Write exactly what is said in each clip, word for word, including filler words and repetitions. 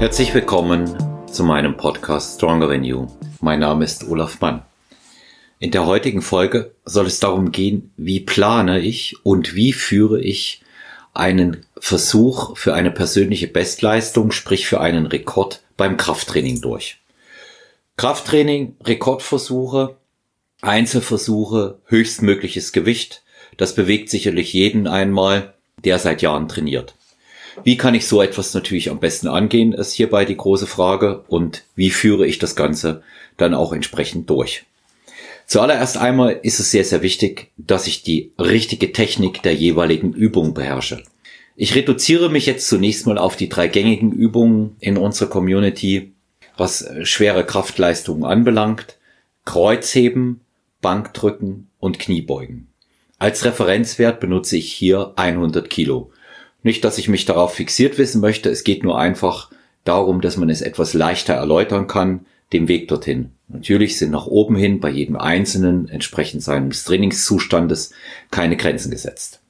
Herzlich willkommen zu meinem Podcast Stronger Than You. Mein Name ist Olaf Mann. In der heutigen Folge soll es darum gehen, wie plane ich und wie führe ich einen Versuch für eine persönliche Bestleistung, sprich für einen Rekord beim Krafttraining durch. Krafttraining, Rekordversuche, Einzelversuche, höchstmögliches Gewicht, das bewegt sicherlich jeden einmal, der seit Jahren trainiert. Wie kann ich so etwas natürlich am besten angehen, ist hierbei die große Frage, und wie führe ich das Ganze dann auch entsprechend durch. Zuallererst einmal ist es sehr, sehr wichtig, dass ich die richtige Technik der jeweiligen Übung beherrsche. Ich reduziere mich jetzt zunächst mal auf die drei gängigen Übungen in unserer Community, was schwere Kraftleistungen anbelangt: Kreuzheben, Bankdrücken und Kniebeugen. Als Referenzwert benutze ich hier hundert Kilo. Nicht, dass ich mich darauf fixiert wissen möchte, es geht nur einfach darum, dass man es etwas leichter erläutern kann, dem Weg dorthin. Natürlich sind nach oben hin bei jedem Einzelnen entsprechend seines Trainingszustandes keine Grenzen gesetzt.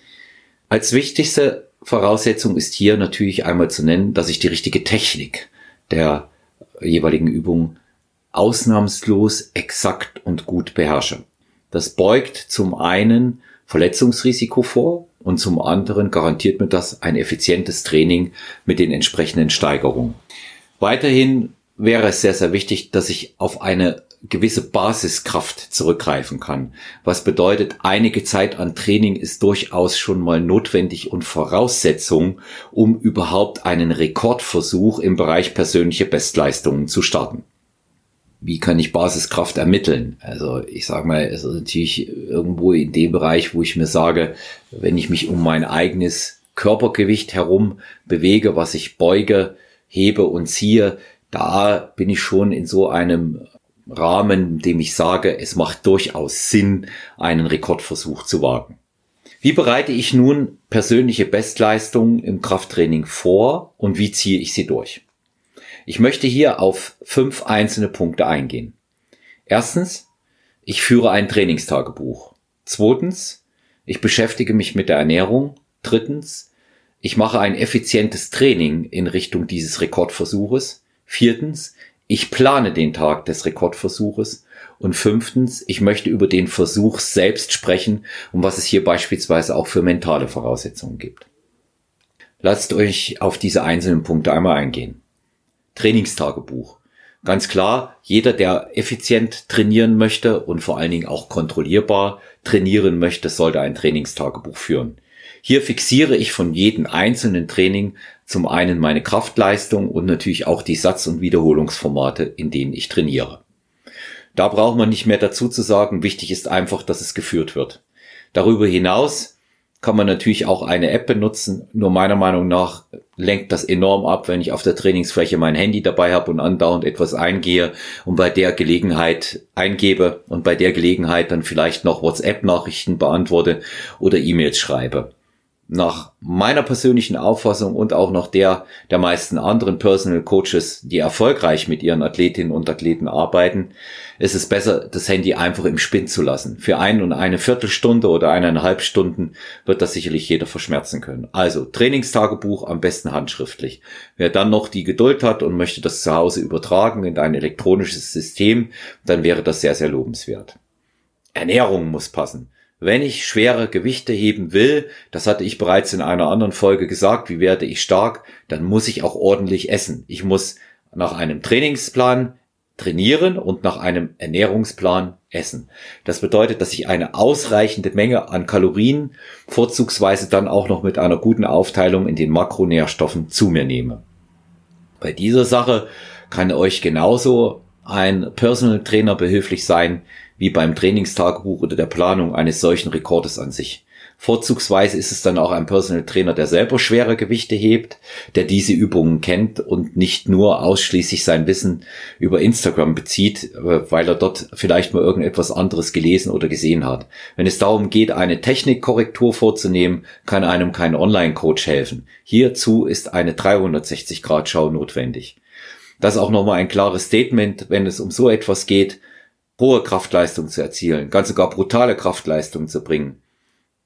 Als wichtigste Voraussetzung ist hier natürlich einmal zu nennen, dass ich die richtige Technik der jeweiligen Übung ausnahmslos, exakt und gut beherrsche. Das beugt zum einen Verletzungsrisiko vor und zum anderen garantiert mir das ein effizientes Training mit den entsprechenden Steigerungen. Weiterhin wäre es sehr, sehr wichtig, dass ich auf eine gewisse Basiskraft zurückgreifen kann. Was bedeutet, einige Zeit an Training ist durchaus schon mal notwendig und Voraussetzung, um überhaupt einen Rekordversuch im Bereich persönliche Bestleistungen zu starten. Wie kann ich Basiskraft ermitteln? Also ich sage mal, es ist natürlich irgendwo in dem Bereich, wo ich mir sage, wenn ich mich um mein eigenes Körpergewicht herum bewege, was ich beuge, hebe und ziehe, da bin ich schon in so einem Rahmen, in dem ich sage, es macht durchaus Sinn, einen Rekordversuch zu wagen. Wie bereite ich nun persönliche Bestleistungen im Krafttraining vor und wie ziehe ich sie durch? Ich möchte hier auf fünf einzelne Punkte eingehen. Erstens, ich führe ein Trainingstagebuch. Zweitens, ich beschäftige mich mit der Ernährung. Drittens, ich mache ein effizientes Training in Richtung dieses Rekordversuches. Viertens, ich plane den Tag des Rekordversuches. Und fünftens, ich möchte über den Versuch selbst sprechen und was es hier beispielsweise auch für mentale Voraussetzungen gibt. Lasst euch auf diese einzelnen Punkte einmal eingehen. Trainingstagebuch. Ganz klar, jeder, der effizient trainieren möchte und vor allen Dingen auch kontrollierbar trainieren möchte, sollte ein Trainingstagebuch führen. Hier fixiere ich von jedem einzelnen Training zum einen meine Kraftleistung und natürlich auch die Satz- und Wiederholungsformate, in denen ich trainiere. Da braucht man nicht mehr dazu zu sagen, wichtig ist einfach, dass es geführt wird. Darüber hinaus kann man natürlich auch eine App benutzen, nur meiner Meinung nach lenkt das enorm ab, wenn ich auf der Trainingsfläche mein Handy dabei habe und andauernd etwas eingehe und bei der Gelegenheit eingebe und bei der Gelegenheit dann vielleicht noch WhatsApp-Nachrichten beantworte oder E-Mails schreibe. Nach meiner persönlichen Auffassung und auch nach der der meisten anderen Personal Coaches, die erfolgreich mit ihren Athletinnen und Athleten arbeiten, ist es besser, das Handy einfach im Spinn zu lassen. Für ein und eine Viertelstunde oder eineinhalb Stunden wird das sicherlich jeder verschmerzen können. Also Trainingstagebuch am besten handschriftlich. Wer dann noch die Geduld hat und möchte das zu Hause übertragen in ein elektronisches System, dann wäre das sehr, sehr lobenswert. Ernährung muss passen. Wenn ich schwere Gewichte heben will, das hatte ich bereits in einer anderen Folge gesagt, wie werde ich stark, dann muss ich auch ordentlich essen. Ich muss nach einem Trainingsplan trainieren und nach einem Ernährungsplan essen. Das bedeutet, dass ich eine ausreichende Menge an Kalorien, vorzugsweise dann auch noch mit einer guten Aufteilung in den Makronährstoffen zu mir nehme. Bei dieser Sache kann euch genauso ein Personal Trainer behilflich sein, wie beim Trainingstagebuch oder der Planung eines solchen Rekordes an sich. Vorzugsweise ist es dann auch ein Personal Trainer, der selber schwere Gewichte hebt, der diese Übungen kennt und nicht nur ausschließlich sein Wissen über Instagram bezieht, weil er dort vielleicht mal irgendetwas anderes gelesen oder gesehen hat. Wenn es darum geht, eine Technikkorrektur vorzunehmen, kann einem kein Online-Coach helfen. Hierzu ist eine dreihundertsechzig Grad Schau notwendig. Das ist auch nochmal ein klares Statement, wenn es um so etwas geht, hohe Kraftleistung zu erzielen, ganz sogar brutale Kraftleistung zu bringen,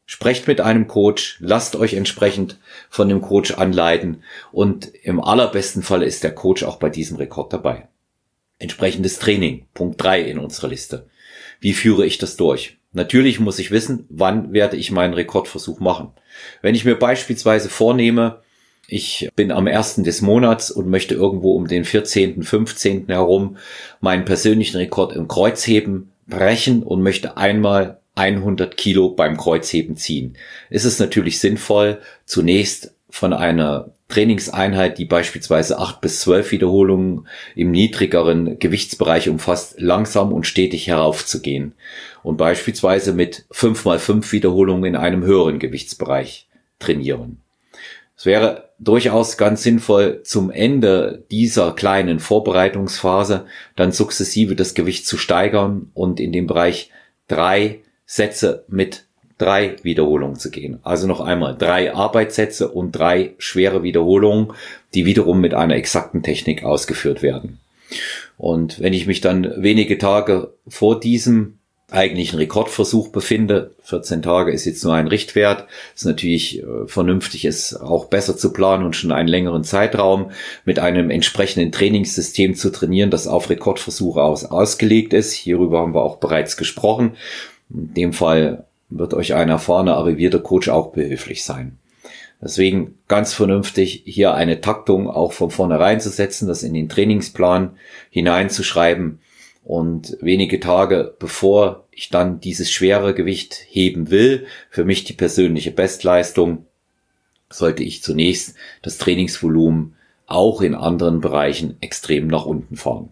Sprecht mit einem Coach, lasst euch entsprechend von dem Coach anleiten und im allerbesten Fall ist der Coach auch bei diesem Rekord dabei. Entsprechendes Training, Punkt drei in unserer Liste. Wie führe ich das durch? Natürlich muss ich wissen, wann werde ich meinen Rekordversuch machen. Wenn ich mir beispielsweise vornehme, ich bin am ersten des Monats und möchte irgendwo um den vierzehnten, fünfzehnten herum meinen persönlichen Rekord im Kreuzheben brechen und möchte einmal hundert Kilo beim Kreuzheben ziehen, ist es natürlich sinnvoll, zunächst von einer Trainingseinheit, die beispielsweise acht bis zwölf Wiederholungen im niedrigeren Gewichtsbereich umfasst, langsam und stetig heraufzugehen und beispielsweise mit fünf mal fünf Wiederholungen in einem höheren Gewichtsbereich trainieren. Es wäre durchaus ganz sinnvoll, zum Ende dieser kleinen Vorbereitungsphase dann sukzessive das Gewicht zu steigern und in dem Bereich drei Sätze mit drei Wiederholungen zu gehen. Also noch einmal drei Arbeitssätze und drei schwere Wiederholungen, die wiederum mit einer exakten Technik ausgeführt werden. Und wenn ich mich dann wenige Tage vor diesem eigentlichen Rekordversuch befinde, vierzehn Tage ist jetzt nur ein Richtwert, ist natürlich äh, vernünftig, es auch besser zu planen und schon einen längeren Zeitraum mit einem entsprechenden Trainingssystem zu trainieren, das auf Rekordversuche aus, ausgelegt ist. Hierüber haben wir auch bereits gesprochen. In dem Fall wird euch ein erfahrener, arrivierter Coach auch behilflich sein. Deswegen ganz vernünftig, hier eine Taktung auch von vornherein zu setzen, das in den Trainingsplan hineinzuschreiben und wenige Tage bevor ich dann dieses schwere Gewicht heben will, für mich die persönliche Bestleistung, sollte ich zunächst das Trainingsvolumen auch in anderen Bereichen extrem nach unten fahren.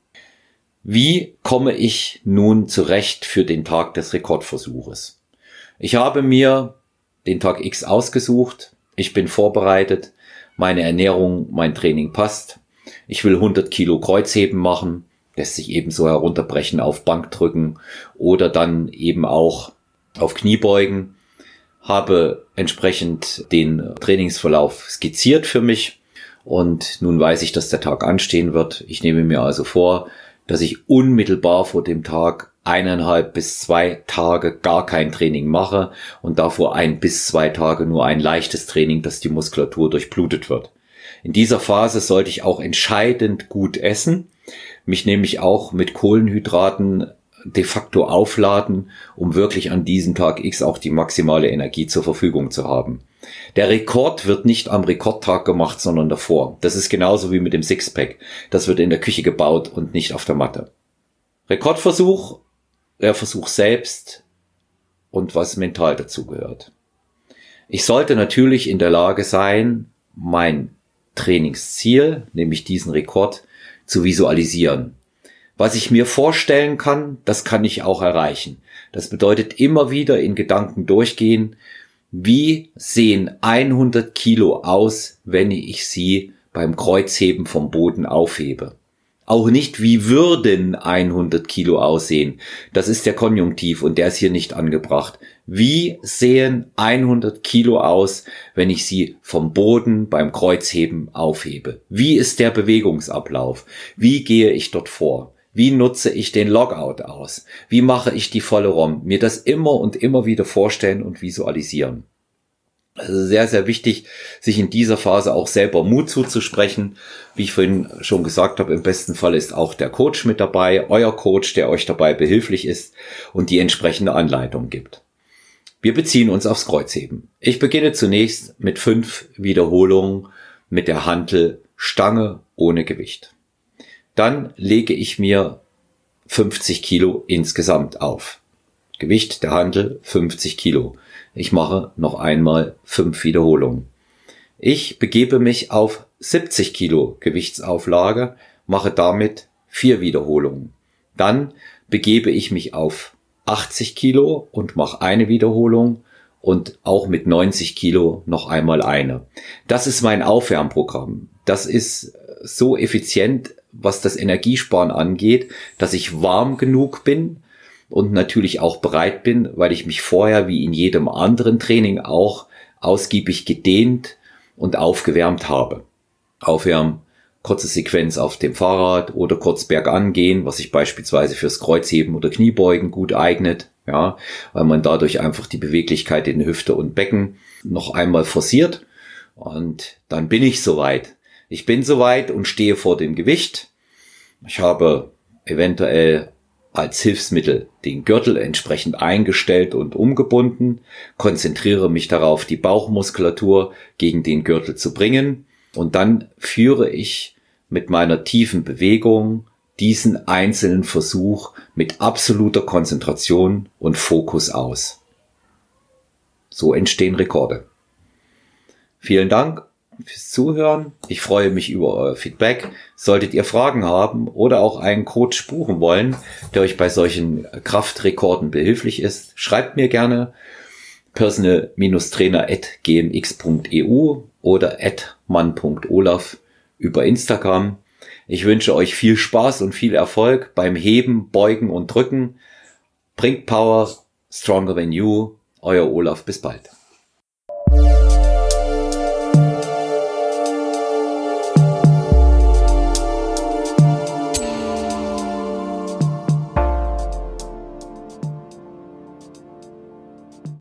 Wie komme ich nun zurecht für den Tag des Rekordversuches? Ich habe mir den Tag X ausgesucht, ich bin vorbereitet, meine Ernährung, mein Training passt, ich will hundert Kilo Kreuzheben machen, lässt sich ebenso herunterbrechen auf Bankdrücken oder dann eben auch auf Kniebeugen, habe entsprechend den Trainingsverlauf skizziert für mich und nun weiß ich, dass der Tag anstehen wird. Ich nehme mir also vor, dass ich unmittelbar vor dem Tag eineinhalb bis zwei Tage gar kein Training mache und davor ein bis zwei Tage nur ein leichtes Training, dass die Muskulatur durchblutet wird. In dieser Phase sollte ich auch entscheidend gut essen, mich nämlich auch mit Kohlenhydraten de facto aufladen, um wirklich an diesem Tag X auch die maximale Energie zur Verfügung zu haben. Der Rekord wird nicht am Rekordtag gemacht, sondern davor. Das ist genauso wie mit dem Sixpack. Das wird in der Küche gebaut und nicht auf der Matte. Rekordversuch, der Versuch selbst und was mental dazu gehört. Ich sollte natürlich in der Lage sein, mein Trainingsziel, nämlich diesen Rekord, zu visualisieren. Was ich mir vorstellen kann, das kann ich auch erreichen. Das bedeutet immer wieder in Gedanken durchgehen, wie sehen hundert Kilo aus, wenn ich sie beim Kreuzheben vom Boden aufhebe. Auch nicht, wie würden hundert Kilo aussehen. Das ist der Konjunktiv und der ist hier nicht angebracht. Wie sehen hundert Kilo aus, wenn ich sie vom Boden beim Kreuzheben aufhebe? Wie ist der Bewegungsablauf? Wie gehe ich dort vor? Wie nutze ich den Logout aus? Wie mache ich die volle ROM? Mir das immer und immer wieder vorstellen und visualisieren. Also sehr, sehr wichtig, sich in dieser Phase auch selber Mut zuzusprechen. Wie ich vorhin schon gesagt habe, im besten Fall ist auch der Coach mit dabei, euer Coach, der euch dabei behilflich ist und die entsprechende Anleitung gibt. Wir beziehen uns aufs Kreuzheben. Ich beginne zunächst mit fünf Wiederholungen mit der Hantel Stange ohne Gewicht. Dann lege ich mir fünfzig Kilo insgesamt auf. Gewicht der Hantel fünfzig Kilo. Ich mache noch einmal fünf Wiederholungen. Ich begebe mich auf siebzig Kilo Gewichtsauflage, mache damit vier Wiederholungen. Dann begebe ich mich auf achtzig Kilo und mache eine Wiederholung und auch mit neunzig Kilo noch einmal eine. Das ist mein Aufwärmprogramm. Das ist so effizient, was das Energiesparen angeht, dass ich warm genug bin und natürlich auch bereit bin, weil ich mich vorher wie in jedem anderen Training auch ausgiebig gedehnt und aufgewärmt habe. Aufwärmen, kurze Sequenz auf dem Fahrrad oder kurz bergan gehen, was sich beispielsweise fürs Kreuzheben oder Kniebeugen gut eignet. Ja, weil man dadurch einfach die Beweglichkeit in Hüfte und Becken noch einmal forciert. Und dann bin ich soweit. Ich bin soweit und stehe vor dem Gewicht. Ich habe eventuell als Hilfsmittel den Gürtel entsprechend eingestellt und umgebunden, konzentriere mich darauf, die Bauchmuskulatur gegen den Gürtel zu bringen. Und dann führe ich mit meiner tiefen Bewegung diesen einzelnen Versuch mit absoluter Konzentration und Fokus aus. So entstehen Rekorde. Vielen Dank fürs Zuhören. Ich freue mich über euer Feedback. Solltet ihr Fragen haben oder auch einen Coach buchen wollen, der euch bei solchen Kraftrekorden behilflich ist, schreibt mir gerne personal trainer at g m x punkt e u oder at mann punkt olaf über Instagram. Ich wünsche euch viel Spaß und viel Erfolg beim Heben, Beugen und Drücken. Bringt Power, stronger than you. Euer Olaf, bis bald.